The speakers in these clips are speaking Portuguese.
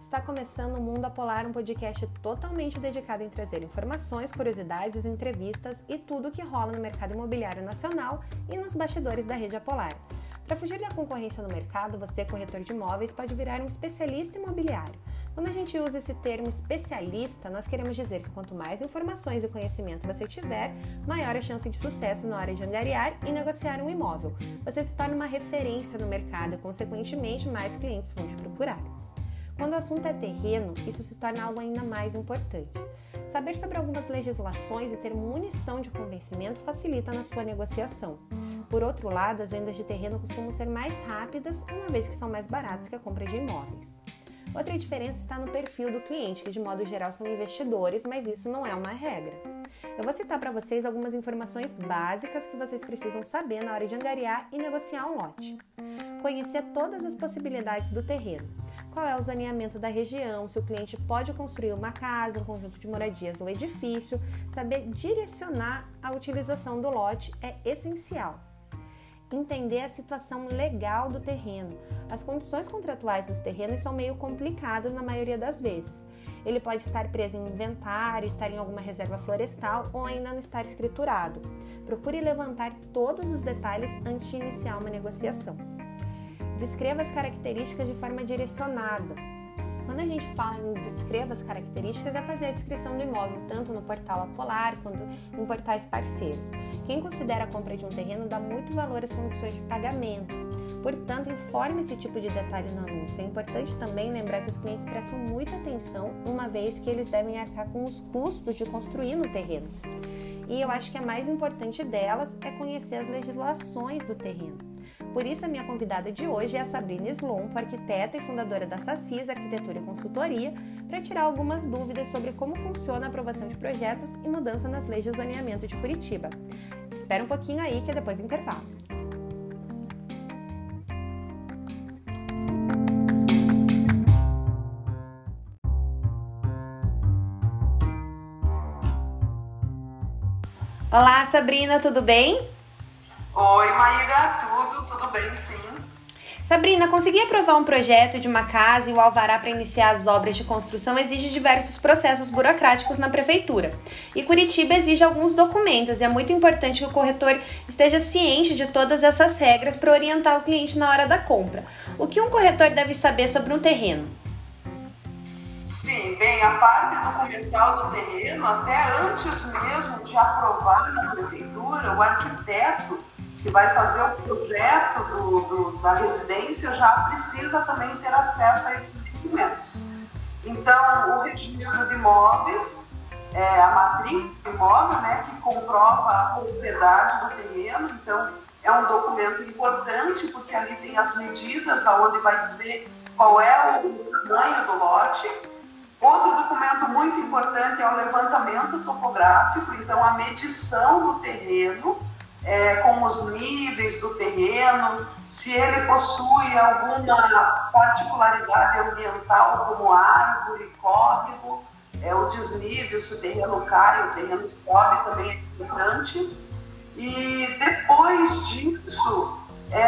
Está começando o Mundo Apolar, um podcast totalmente dedicado em trazer informações, curiosidades, entrevistas e tudo o que rola no mercado imobiliário nacional e nos bastidores da rede Apolar. Para fugir da concorrência no mercado, você, corretor de imóveis, pode virar um especialista imobiliário. Quando a gente usa esse termo especialista, nós queremos dizer que quanto mais informações e conhecimento você tiver, maior a chance de sucesso na hora de angariar e negociar um imóvel. Você se torna uma referência no mercado e, consequentemente, mais clientes vão te procurar. Quando o assunto é terreno, isso se torna algo ainda mais importante. Saber sobre algumas legislações e ter munição de convencimento facilita na sua negociação. Por outro lado, as vendas de terreno costumam ser mais rápidas, uma vez que são mais baratos que a compra de imóveis. Outra diferença está no perfil do cliente, que de modo geral são investidores, mas isso não é uma regra. Eu vou citar para vocês algumas informações básicas que vocês precisam saber na hora de angariar e negociar um lote. Conhecer todas as possibilidades do terreno. Qual é o zoneamento da região, se o cliente pode construir uma casa, um conjunto de moradias ou edifício. Saber direcionar a utilização do lote é essencial. Entender a situação legal do terreno. As condições contratuais dos terrenos são meio complicadas na maioria das vezes. Ele pode estar preso em inventário, estar em alguma reserva florestal ou ainda não estar escriturado. Procure levantar todos os detalhes antes de iniciar uma negociação. Descreva as características de forma direcionada. Quando a gente fala em descreva as características, é fazer a descrição do imóvel, tanto no portal Apolar quanto em portais parceiros. Quem considera a compra de um terreno dá muito valor às condições de pagamento. Portanto, informe esse tipo de detalhe no anúncio. É importante também lembrar que os clientes prestam muita atenção, uma vez que eles devem arcar com os custos de construir no terreno. E eu acho que a mais importante delas é conhecer as legislações do terreno. Por isso, a minha convidada de hoje é a Sabrina Slompo, arquiteta e fundadora da Sassis Arquitetura e Consultoria, para tirar algumas dúvidas sobre como funciona a aprovação de projetos e mudança nas leis de zoneamento de Curitiba. Espera um pouquinho aí que é depois do intervalo. Olá, Sabrina, tudo bem? Oi, Maíra, tudo bem, sim. Sabrina, conseguir aprovar um projeto de uma casa e o alvará para iniciar as obras de construção exige diversos processos burocráticos na prefeitura. E Curitiba exige alguns documentos e é muito importante que o corretor esteja ciente de todas essas regras para orientar o cliente na hora da compra. O que um corretor deve saber sobre um terreno? Sim, bem, a parte documental do terreno, até antes mesmo de aprovar na prefeitura, o arquiteto que vai fazer o projeto da residência já precisa também ter acesso a esses documentos. Então, o registro de imóveis, a matrícula do imóvel, né, que comprova a propriedade do terreno. Então, é um documento importante porque ali tem as medidas, aonde vai dizer qual é o tamanho do lote. Outro documento muito importante é o levantamento topográfico, então a medição do terreno, com os níveis do terreno, se ele possui alguma particularidade ambiental, como árvore, córrego, o desnível, se o terreno cai, o terreno sobe, também é importante. E depois disso,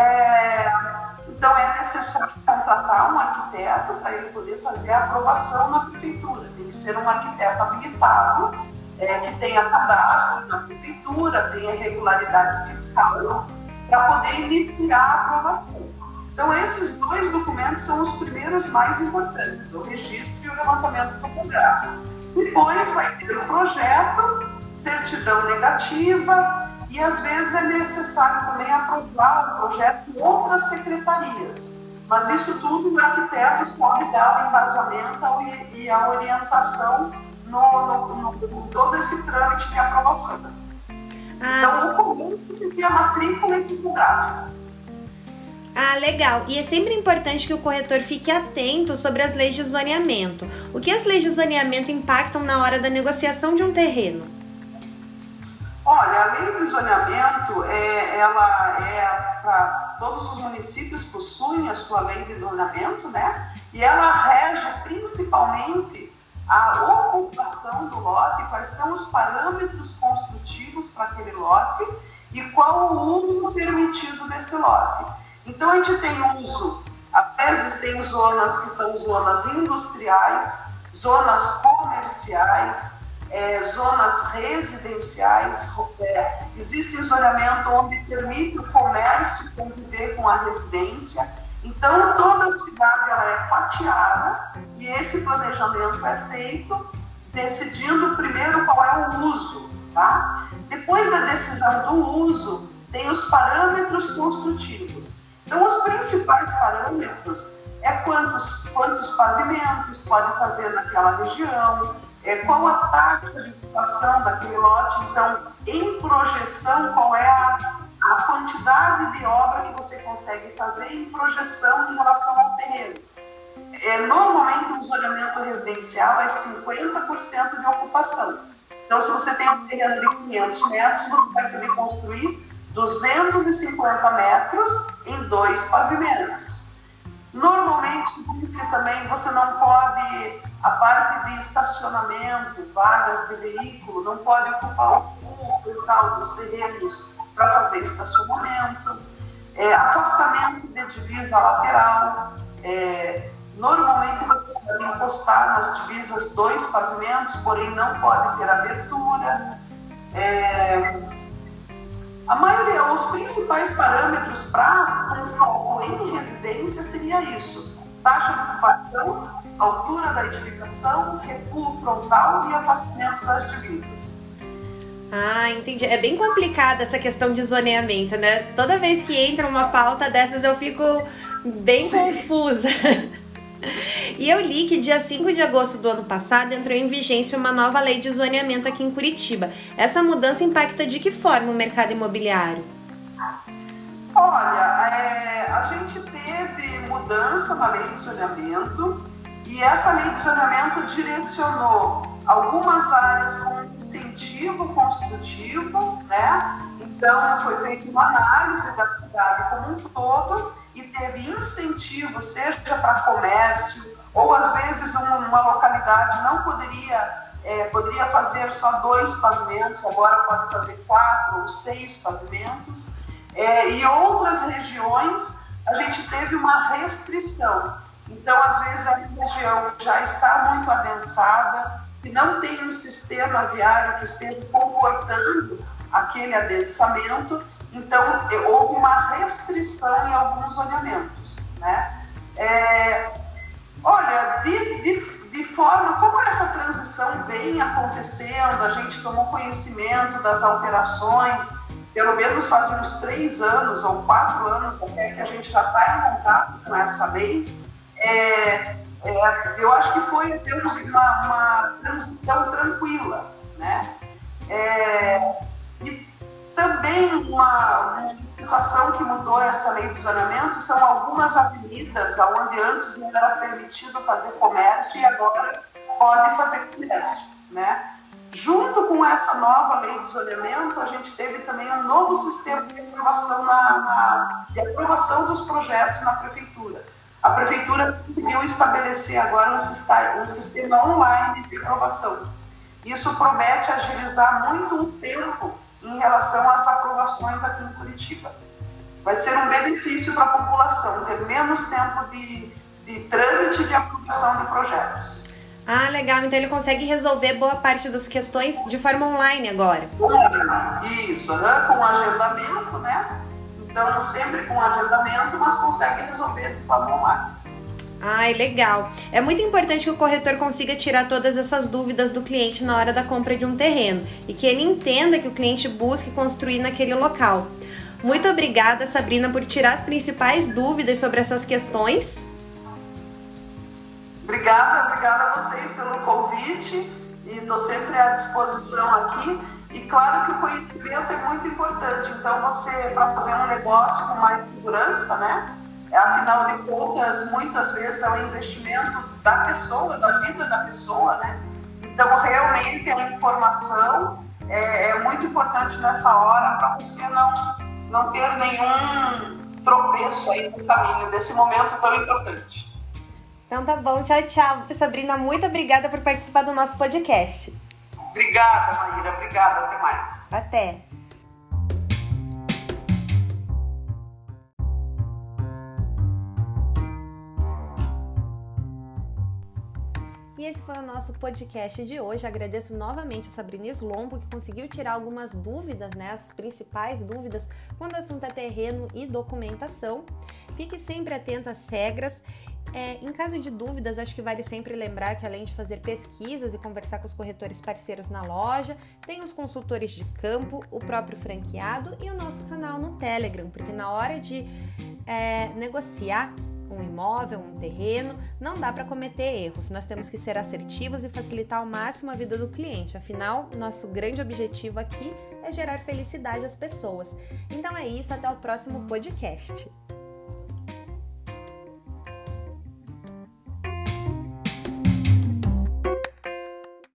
então é necessário contratar um arquiteto para ele poder fazer a aprovação na prefeitura. Tem que ser um arquiteto habilitado, que tenha cadastro na prefeitura, tenha regularidade fiscal, para poder iniciar a aprovação. Então esses dois documentos são os primeiros mais importantes, o registro e o levantamento topográfico. Depois vai ter o projeto, certidão negativa, e às vezes é necessário também aprovar o projeto em outras secretarias. Mas isso tudo o arquiteto sabe dar o embasamento e a orientação no todo esse trâmite de aprovação. Então, o comum seria a matrícula e topográfica. Legal. E é sempre importante que o corretor fique atento sobre as leis de zoneamento. O que as leis de zoneamento impactam na hora da negociação de um terreno? Olha, a lei de zoneamento, ela para todos os municípios possuem a sua lei de zoneamento, né? E ela rege principalmente a ocupação do lote, quais são os parâmetros construtivos para aquele lote e qual o uso permitido desse lote. Então, a gente tem uso Até existem zonas que são zonas industriais, zonas comerciais, zonas residenciais. Existe zoneamento onde permite o comércio conviver com a residência. Então, toda a cidade ela é fatiada e esse planejamento é feito decidindo primeiro qual é o uso. Tá? Depois da decisão do uso, tem os parâmetros construtivos. Então, os principais parâmetros é quantos pavimentos pode fazer naquela região, qual a taxa de ocupação daquele lote. Então, em projeção, qual é a quantidade de obra que você consegue fazer em projeção em relação ao terreno. Normalmente, um zoneamento residencial é 50% de ocupação. Então, se você tem um terreno de 500 metros, você vai ter de construir 250 metros em 2 pavimentos. Normalmente, também você não pode, a parte de estacionamento, vagas de veículo, não pode ocupar o quintal dos terrenos para fazer estacionamento. Afastamento de divisa lateral. Normalmente você pode encostar nas divisas 2 pavimentos, porém não pode ter abertura. A maioria, os principais parâmetros para um foco em residência seria isso: taxa de ocupação, altura da edificação, recuo frontal e afastamento das divisas. Ah, entendi. É bem complicada essa questão de zoneamento, né? Toda vez que entra uma pauta dessas eu fico bem confusa. E eu li que dia 5 de agosto do ano passado entrou em vigência uma nova lei de zoneamento aqui em Curitiba. Essa mudança impacta de que forma o mercado imobiliário? Olha, a gente teve mudança na lei de zoneamento e essa lei de zoneamento direcionou algumas áreas com incentivo construtivo, né? Então, foi feita uma análise da cidade como um todo e teve incentivo, seja para comércio, ou às vezes uma localidade não poderia fazer só 2 pavimentos, agora pode fazer 4 ou 6 pavimentos. E outras regiões, a gente teve uma restrição. Então, às vezes, a região já está muito adensada, e não tem um sistema viário que esteja comportando aquele adensamento, então houve uma restrição em alguns zoneamentos, né? Olha, de forma como essa transição vem acontecendo, a gente tomou conhecimento das alterações, pelo menos faz uns 3 anos ou 4 anos até que a gente já está em contato com essa lei. Eu acho que foi uma transição tranquila, né? E também uma situação que mudou essa lei de zoneamento são algumas avenidas onde antes não era permitido fazer comércio e agora pode fazer comércio, né? Junto com essa nova lei de zoneamento, a gente teve também um novo sistema de aprovação dos projetos na prefeitura. A prefeitura conseguiu estabelecer agora um sistema online de aprovação. Isso promete agilizar muito o tempo em relação às aprovações aqui em Curitiba. Vai ser um benefício para a população, ter menos tempo de trâmite de aprovação de projetos. Ah, legal. Então ele consegue resolver boa parte das questões de forma online agora. Isso, com agendamento, né? Então, sempre com agendamento, mas consegue resolver de forma online. Ai, legal. É muito importante que o corretor consiga tirar todas essas dúvidas do cliente na hora da compra de um terreno e que ele entenda que o cliente busque construir naquele local. Muito obrigada, Sabrina, por tirar as principais dúvidas sobre essas questões. Obrigada a vocês pelo convite e estou sempre à disposição aqui. E claro que o conhecimento é muito importante, então você, para fazer um negócio com mais segurança, né? Afinal de contas, muitas vezes é um investimento da pessoa, da vida da pessoa, né? Então, realmente, a informação é muito importante nessa hora para você não ter nenhum tropeço aí no caminho desse momento tão importante. Então tá bom, tchau. Sabrina, muito obrigada por participar do nosso podcast. Obrigada, Maíra. Obrigada. Até mais. Até. E esse foi o nosso podcast de hoje. Agradeço novamente a Sabrina Slombo, que conseguiu tirar algumas dúvidas, né, as principais dúvidas quando o assunto é terreno e documentação. Fique sempre atento às regras. Em caso de dúvidas, acho que vale sempre lembrar que além de fazer pesquisas e conversar com os corretores parceiros na loja, tem os consultores de campo, o próprio franqueado e o nosso canal no Telegram, porque na hora de negociar um imóvel, um terreno, não dá para cometer erros. Nós temos que ser assertivos e facilitar ao máximo a vida do cliente. Afinal, nosso grande objetivo aqui é gerar felicidade às pessoas. Então é isso, até o próximo podcast.